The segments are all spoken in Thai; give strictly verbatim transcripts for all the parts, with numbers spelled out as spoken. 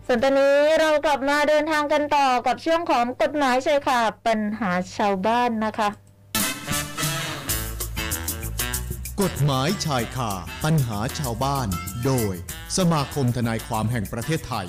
ส่วนตอนนี้เรากลับมาเดินทางกันต่อกับช่วงของกฎหมายชายคาปัญหาชาวบ้านนะคะกฎหมายชายคาปัญหาชาวบ้านโดยสมาคมทนายความแห่งประเทศไทย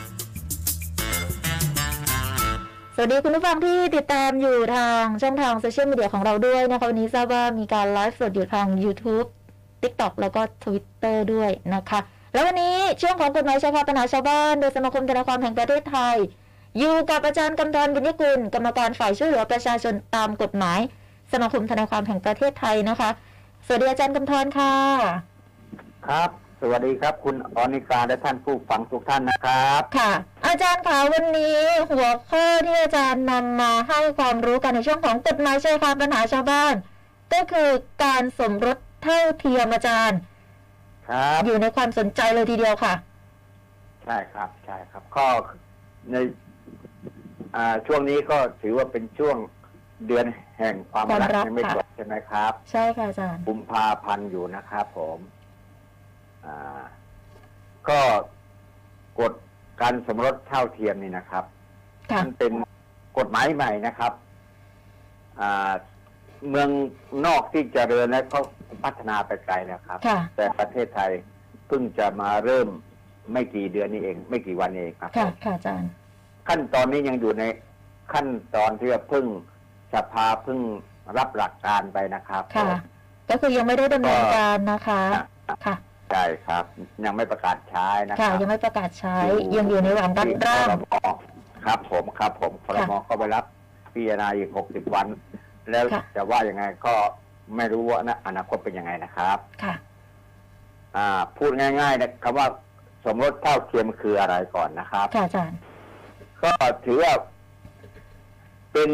สวัสดีคุณผู้ฟังที่ติดตามอยู่ทางช่องทางโซเชียลมีเดียของเราด้วยนะคะวันนี้ทราบว่ามีการไลฟ์สดอยู่ทาง YouTube TikTok แล้วก็ Twitter ด้วยนะคะแล้ววันนี้ช่วงของกฎหมายชายคาปัญหาชาวบ้านโดยสมาคมทนายความแห่งประเทศไทยอยู่กับอาจารย์กำธร บุญยกุลกรรมการฝ่ายช่วยเหลือประชาชนตามกฎหมายสมาคมทนายความแห่งประเทศไทยนะคะสวัสดีอาจารย์กำธรค่ะครับสวัสดีครับคุณอนิกาและท่านผู้ฟังทุกท่านนะครับค่ะอาจารย์คะวันนี้หัวข้อที่อาจารย์นำมาให้ความรู้กันในช่วงของกฎหมายชายคาปัญหาชาวบ้านก็คือการสมรสเท่าเทียมอาจารย์ครับอยู่ในความสนใจเลยทีเดียวค่ะใช่ครับใช่ครับก็ในอ่าช่วงนี้ก็ถือว่าเป็นช่วงเดือนแห่งความรักยังไม่จบใช่ไหมครับใช่ค่ะอาจารย์กุมภาพันธ์อยู่นะครับผมอ่าก็กฎการสมรสเท่าเทียมนี่นะครับมันเป็นกฎหมายใหม่นะครับอ่าเมืองนอกที่เจริญแล้วก็พัฒนาไปไกลแล้วครับแต่ประเทศไทยเพิ่งจะมาเริ่มไม่กี่เดือนนี้เองไม่กี่วันเองครับค่ะค่ะอาจารย์ขั้นตอนนี้ยังอยู่ในขั้นตอนที่เพิ่งสภาเพิ่งรับหลักการไปนะครับค่ะก็คือยังไม่ได้ดำเนินการนะคะค่ะใช่ครับยังไม่ประกาศใช้นะครับค่ะยังไม่ประกาศใช้ยังอยู่ในระหว่างรับร่างครับผมครับผมครม.ก็ไปรับพิจารณาอีกหกสิบวันแล้วจะว่ายังไงก็ไม่รู้ว่านะอนาคตเป็นยังไงนะครับค่ะอ่าพูดง่ายๆนะคำว่าสมรสเท่าเทียมคืออะไรก่อนนะครับค่ะอาจารย์ก็ถือว่าเป็น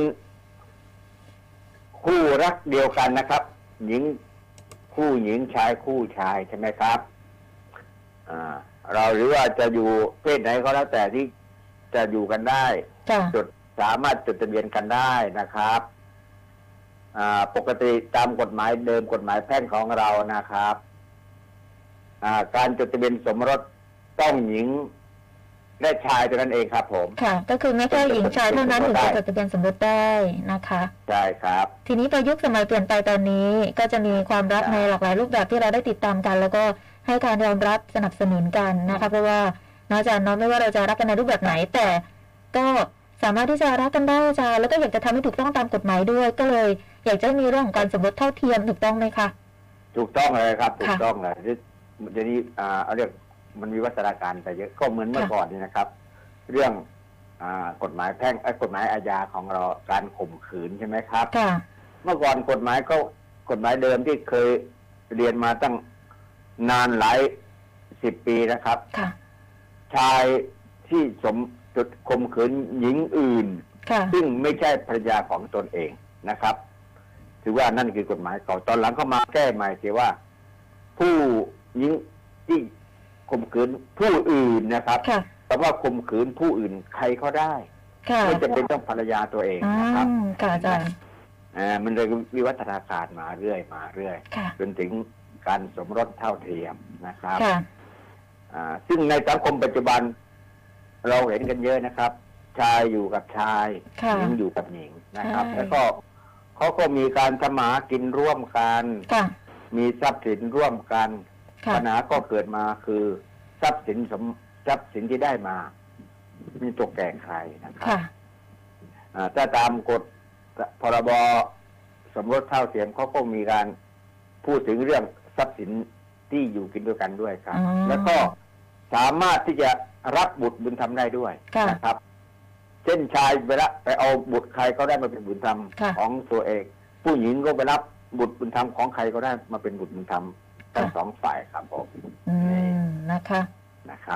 คู่รักเดียวกันนะครับหญิงคู่หญิงชายคู่ชายใช่ไหมครับอ่าเราหรือว่าจะอยู่เพศไหนก็แล้วแต่ที่จะอยู่กันได้จดสามารถจดทะเบียนกันได้นะครับอ่าปกติตามกฎหมายเดิมกฎหมายแพ่งของเรานะครับอ่าการจดทะเบียนสมรสต้องหญิงและชายเท่านั้นเองครับผมค่ะก็คือไม่แค่หญิงชายเท่านั้นถึงจะจดทะเบียนสมรสได้นะคะใช่ครับทีนี้ประยุกต์สมัยเปลี่ยนไปตอนนี้ก็จะมีความรักในหลากหลายรูปแบบที่เราได้ติดตามกันแล้วก็ให้การยอมรับสนับสนุนกันนะคะเพราะว่าอาจารย์เนาะไม่ว่าเราจะรักกันในรูปแบบไหนแต่ก็สามารถที่จะรักกันได้อาจารย์แล้วก็อยากจะทำให้ถูกต้องตามกฎหมายด้วยก็เลยอยากจะมีเรื่องของการสมรสเท่าเทียมถูกต้องไหมคะถูกต้องเลยครับถูกต้องเลยเดี๋ยวนี้อ่าเอาเรื่องมันมีวัฒนาการไปเยอะก็เหมือนเมื่อก่อนนี่นะครับเรื่องอ่ากฎหมายแพ่งกฎหมายอาญาของเราการข่มขืนใช่ไหมครับเมื่อก่อนกฎหมายก็กฎหมายเดิมที่เคยเรียนมาตั้งนานหลายสิบปีนะครับชายที่สมจุดข่มขืนหญิงอื่นซึ่งไม่ใช่ภรรยาของตนเองนะครับถือว่านั่นคือกฎหมายเก่าตอนหลังเขามาแก้ใหม่เสียว่าผู้หญิงที่ข่มขืนผู้อื่นนะครับแต่ว่าข่มขืนผู้อื่นใครก็ได้ไม่จำเป็นต้องภรรยาตัวเองนะครับค่ะอาจารย์อ่ามันเลยวิวัฒนาการมาเรื่อยมาเรื่อยจนถึงการสมรสเท่าเทียมนะครับอ่าซึ่งในสังคมปัจจุบันเราเห็นกันเยอะนะครับชายอยู่กับชายหญิงอยู่กับหญิงนะครับแล้วก็เขาก็มีการทำหากินร่วมกันมีทรัพย์สินร่วมกันปัญหาก็เกิดมาคือทรัพย์สินสมทรัพย์สินที่ได้มามีตกแก่ใครนะครับถ้าตามกฎพรบสมรสเท่าเทียมเขาก็มีการพูดถึงเรื่องทรัพย์สินที่อยู่กินด้วยกันด้วยครับแล้วก็สามารถที่จะรับบุตรบุญธรรมได้ด้วยนะครับเช่นชายไปละไปเอาบุตรใครก็ได้มาเป็นบุญธรรมของตัวเองผู้หญิงก็ไปรับบุตรบุญธรรมของใครก็ได้มาเป็นบุตรบุญธรรมทั้งสองฝ่ายครับผมอืมนะคะนะครับ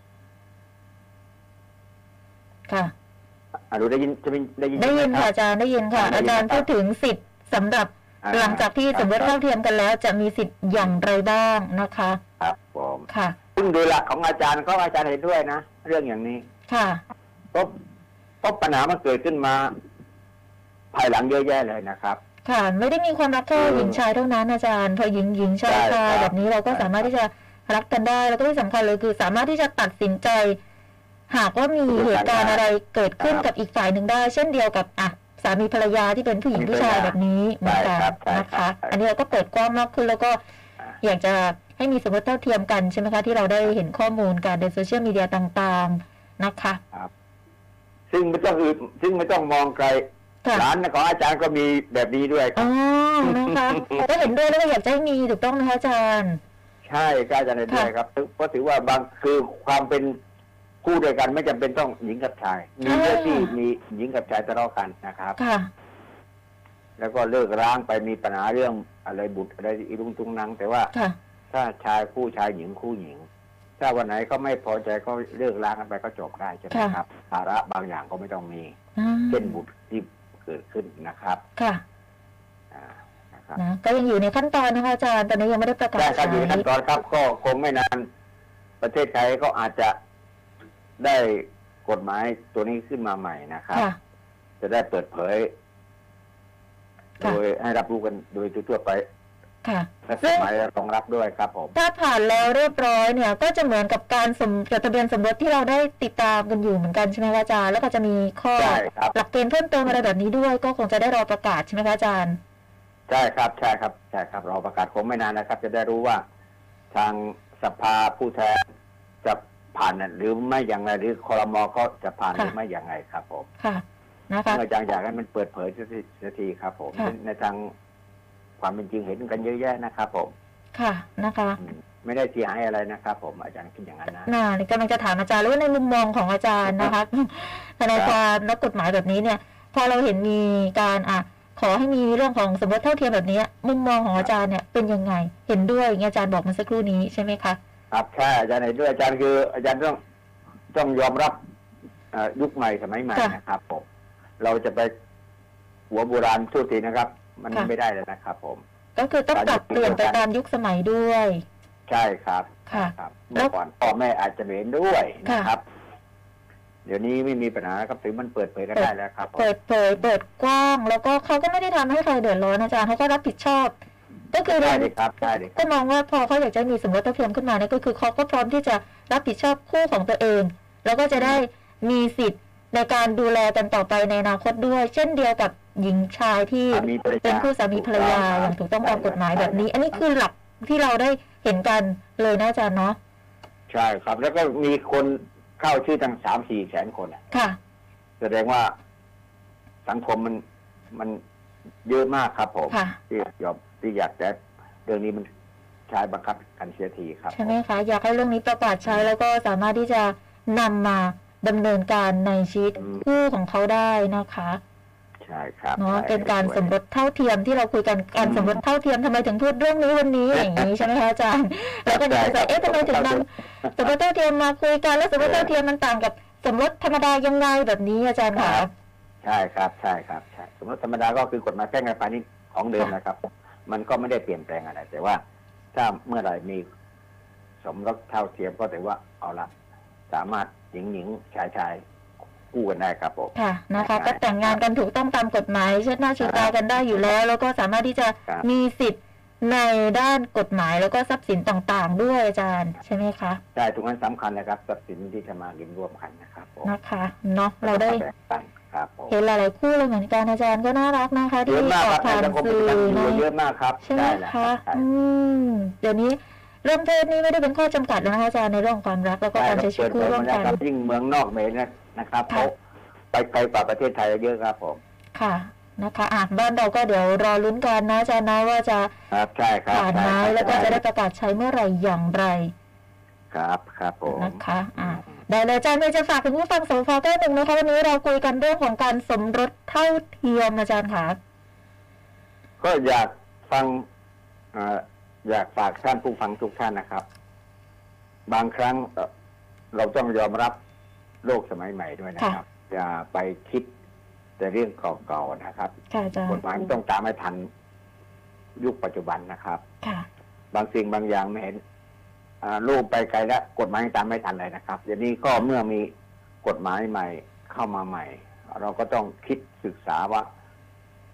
ค่ะอาจารย์ได้ยินจะได้ยินได้ยินค่ะอาจารย์ได้ยินค่ะอาจารย์พูดถึงสิทธิ์สำหรับหลังจากที่สมรสเท่าเทียมกันแล้วจะมีสิทธิ์อย่างไรบ้างนะคะครับผมค่ะซึ่งโดยหลักของอาจารย์ก็อาจารย์เห็นด้วยนะเรื่องอย่างนี้ค่ะเพราะเพราะปัญหามันเกิดขึ้นมาภายหลังเยอะแยะเลยนะครับค่ะไม่ได้มีความรักแค่หญิงชายเท่านั้นอาจารย์พอหญิงหญิงชายชายแบบนี้เราก็สามารถที่จะรักกันได้แล้วก็ที่สำคัญเลยคือสามารถที่จะตัดสินใจหากว่ามีเหตุการณ์อะไรเกิดขึ้นกับอีกฝ่ายหนึ่งได้ เช่นเดียวกับอ่ะสามีภรรยาที่เป็นผู้หญิงผู้ชายแบบนี้เหมือนกันนะคะอันนี้เราก็เปิดกว้างมากขึ้นแล้วก็อยากจะให้มีสมรสเท่าเทียมกันใช่ไหมคะที่เราได้เห็นข้อมูลกันในโซเชียลมีเดียต่างๆนะคะครับซึ่งไม่ต้องอื่นซึ่งไม่ต้องมองไกลร้านของอาจารย์ก็มีแบบนี้ด้วยอ๋อนะคะก็เห็นด้วยแล้วก็อยากจะให้มีถูกต้องนะคะอาจารย์ใช่ก็อาจารย์เห็นด้วยครับเพราะถือว่าบางคือความเป็นคู่ด้วยกันไม่จำเป็นต้องหญิงกับชายมีเรื่องที่มีหญิงกับชายทะเลาะกันนะครับค่ะแล้วก็เลิกร้างไปมีปัญหาเรื่องอะไรบุตรอะไรอีลุงตุงนังแต่ว่าถ้าชายคู่ชายหญิงคู่หญิงถ้าวันไหนเขาไม่พอใจก็เลิกร้างกันไปก็จบได้ใช่ไหมครับภาระบางอย่างก็ไม่ต้องมีเช่นบุตรที่เกิดขึ้นนะครับค่ะนะก็ยังอยู่ในขั้นตอนนะคะอาจารย์ตอนนี้ยังไม่ได้ประกาศใช่ครับอยู่ในขั้นตอนครับก็คงไม่นานประเทศไทยก็อาจจะได้กฎหมายตัวนี้ขึ้นมาใหม่นะครับจะได้เปิดเผยโดยให้รับรู้กันโดยทั่วไปค่ะและกฎหมายรองรับด้วยครับผมถ้าผ่านแล้วเรียบร้อยเนี่ยก็จะเหมือนกับการสมจดทะเบียนสมรสที่เราได้ติดตามกันอยู่เหมือนกันใช่ไหมอาจารย์แล้วก็จะมีข้อหลักเกณฑ์เพิ่มเติมอะไรแบบนี้ด้วยก็คงจะได้รอประกาศใช่ไหมคะอาจารย์ใช่ครับใช่ครับใช่ครับรอประกาศคงไม่นานนะครับจะได้รู้ว่าทางสภาผู้แทนจะผ่านหรือไม่อย่างไรหรือครม.เขาจะผ่านหรือไม่อย่างไรครับผมค่ะนะคะอาจารย์อยากให้มันเปิดเผยสักทีครับผมในทางความเป็นจริงเห็นกันเยอะแยะนะครับผมค่ะนะคะไม่ได้เสียหายอะไรนะครับผมอาจารย์คิดอย่างนั้นนะน่านี่กำลังจะถามอาจารย์ว่าในมุมมองของอาจารย์นะคะทนายความนักกฎหมายแบบนี้เนี่ยพอเราเห็นมีการอ่ะขอให้มีเรื่องของสมรสเท่าเทียมแบบนี้มุมมองของอาจารย์เนี่ยเป็นยังไงเห็นด้วยอย่างอาจารย์บอกมาสักครู่นี้ใช่ไหมคะครับใช่อาจารย์เห็นด้วยอาจารย์คืออาจารย์ต้องต้องยอมรับยุคใหม่สมัยใหม่นะครับผมเราจะไปหัวโบราณทุกทีนะครับมันไม่ได้เลยนะครับผมก็คือต้องปรับเปลี่ยนไปตามยุคสมัยด้วยใช่ครับค่ะเมื่อก่อนพ่อแม่อาจจะเห็นด้วยนะครับเดี๋ยวนี้ไม่มีปัญหาครับถึงมันเปิดเผยกันได้แล้วครับเปิดเผยเปิดกว้างแล้วก็เขาก็ไม่ได้ทำให้ใครเดือดร้อนอาจารย์เขาก็รับผิดชอบก็คือได้เลยครับได้เลยก็มองว่าพอเขาอยากจะมีสมรสเท่าเทียมขึ้นมาเนี่ยก็คือเขาก็พร้อมที่จะรับผิดชอบคู่ของตัวเองแล้วก็จะได้มีสิทธิ์ในการดูแลกันต่อไปในอนาคตด้วยเช่นเดียวกับหญิงชายที่เป็นคู่สามีภรรยาอย่างถูกต้องตามกฎหมายแบบนี้อันนี้คือหลักที่เราได้เห็นกันเลยนะอาจารย์เนาะใช่ครับแล้วก็มีคนเข้าชื่อตั้งสามสี่แสนคนอ่ะค่ะแสดงว่าสังคมมันมันเยอะมากครับผมที่ยอมที่อยากจะเรื่องนี้มันใช้บังคับกันเสียทีครับใช่ไหมคะอยากให้เรื่องนี้ประกาศใช้แล้วก็สามารถที่จะนำมาดำเนินการในชีวิตคู่ของเขาได้นะคะใช่ครับเนาะเป็นการสมรสเท่าเทียมที่เราคุยกันการสมรสเท่าเทียมทำไมถึงพูดเรื่องนี้วันนี้อย่างนี้ใช่ไหมคะอาจารย์แล้วก็จะใส่เอ๊ะทำไมถึงนำสมรสเท่าเทียมมาคุยกันแล้วสมรสเท่าเทียมมันต่างกับสมรสธรรมดายังไงแบบนี้อาจารย์คะใช่ครับใช่ครับใช่สมรสธรรมดาก็คือกฎหมายแพ่งและพาณิชย์ของเดิมนะครับมันก็ไม่ได้เปลี่ยนแปลงอะไรแต่ว่าถ้าเมื่อไหร่มีสมรสเท่าเทียมก็ถือว่าเอาละสามารถหญิงหญิงชายชายกู้กันได้ครับผมค่ะนะคะก็แต่งงานกันถูกต้องตามกฎหมายเชิดหน้าชูตากันได้อยู่แล้วแล้วก็สามารถที่จะมีสิทธิ์ในด้านกฎหมายแล้วก็ทรัพย์สินต่างๆด้วยอาจารย์ใช่ไหมคะใช่ตรงนั้นสำคัญนะครับทรัพย์สินที่จะมากินร่วมกันนะครับนะคะเนาะเราได้เห็นหลายๆคู่เลยเหมือนกันอาจารย์ก็น่ารักนะคะที่ออกผ่านสื่อเยอะมากครับใช่ไหมคะอืมเดี๋ยวนี้เรื่องเพศนี้ไม่ได้เป็นข้อจำกัดแล้วนะคะอาจารย์ในเรื่องความรักแล้วก็การใช้ชีวิตคู่ร่วมกันยิ่งเมืองนอกเมนนะครับเขาไปไกลกว่าประเทศไทยเยอะครับผมค่ะนะคะอ่ะบ้านเราก็เดี๋ยวรอลุ้นกันนะอาจารย์นะว่าจะผ่านไหมแล้วก็จะได้ประกาศใช้เมื่อไหร่อย่างไรครับครับผมนะคะอ่ะได้เลยอาจารย์มีจะฝากถึงผู้ฟังสพแก้หนึ่งนะคะวันนี้เราคุยกันเรื่องของการสมรสเท่าเทียมอาจารย์ค่ะก็อยากฟังอยากฝากท่านผู้ฟังทุกท่านนะครับบางครั้งเราต้องยอมรับโลกสมัยใหม่ด้วยนะครับอย่าไปคิดแต่เรื่องเก่าๆนะครับกฎหมายต้องตามให้ทันยุคปัจจุบันนะครับบางสิ่งบางอย่างไม่เห็นลูกไปไกลแล้วกฎหมายตามไม่ทันเลยนะครับอย่างนี้ก็เมื่อมีกฎหมายใหม่เข้ามาใหม่เราก็ต้องคิดศึกษาว่า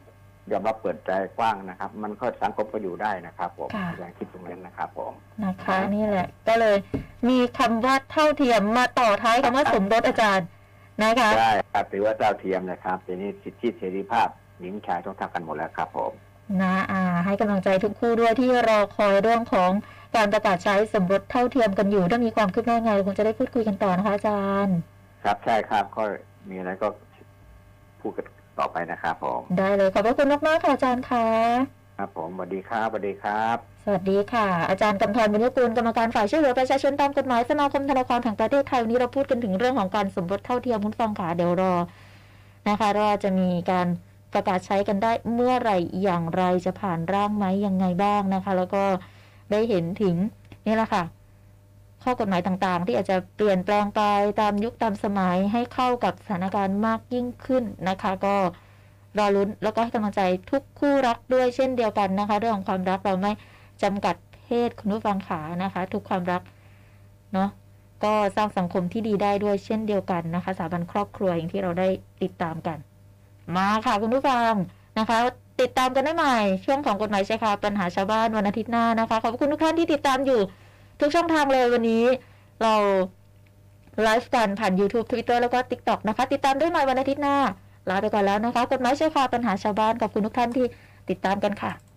ยอมรับเปิดใจกว้างนะครับ มันก็สังคมก็อยู่ได้นะครับผมอย่างคิดตรงนั้นนะครับผมนะคะนี่แหละก็เลยมีคำว่าเท่าเทียมมาต่อท้ายคำว่าสมรสอาจารย์นะคะใช่ครับถือว่าเท่าเทียมนะครับทีนี้สิทธิเสรีภาพหญิงชายต้องเท่ากันหมดแล้วครับผมนะอ่าให้กำลังใจทุกคู่ด้วยที่รอคอยเรื่องของการประกาศใช้สมรสเท่าเทียมกันอยู่ถ้ามีความคืบหน้าไงคงจะได้พูดคุยกันต่อนะคะอาจารย์ครับใช่ครับก็มีอะไรก็พูดกันต่อไปนะครับผมได้เลยขอบพระคุณมากๆค่ะอาจารย์ค่ะครับผมสวัสดีครับสวัสดีครับสวัสดีค่ะอาจารย์กำธร บุญยกุลกรรมการฝ่ายช่วยเหลือประชาชนตามกฎหมายสมาคมธนาคารแห่งประเทศไทยวันนี้เราพูดกันถึงเรื่องของการสมรสเท่าเทียมคุณฟังค่ะเดี๋ยวรอนะคะว่าจะมีการประกาศใช้กันได้เมื่อไหร่อย่างไรจะผ่านร่างไหมยังไงบ้างนะคะแล้วก็ได้เห็นถึงนี่แหละค่ะข้อกฎหมายต่างๆที่อาจจะเปลี่ยนแปลงไปตามยุคตามสมัยให้เข้ากับสถานการณ์มากยิ่งขึ้นนะคะก็รอลุ้นแล้วก็ให้กำลังใจทุกคู่รักด้วยเช่นเดียวกันนะคะเรื่องของความรักเราไม่จำกัดเพศคุณผู้ฟังขานะคะทุกความรักเนาะก็สร้างสังคมที่ดีได้ด้วยเช่นเดียวกันนะคะสถาบันครอบครัวอย่างที่เราได้ติดตามกันมาค่ะคุณผู้ฟังนะคะติดตามกันได้ใหม่ช่วงของกฎหมายชายคาปัญหาชาวบ้านวันอาทิตย์หน้านะคะขอบคุณทุกท่านที่ติดตามอยู่ทุกช่องทางเลยวันนี้เราไลฟ์กันผ่าน YouTube Twitter แล้วก็ TikTok นะคะติดตามได้ใหม่วันอาทิตย์หน้าลาไปก่อนแล้วนะคะกฎหมายชายคาปัญหาชาวบ้านขอบคุณทุกท่านที่ติดตามกันค่ะ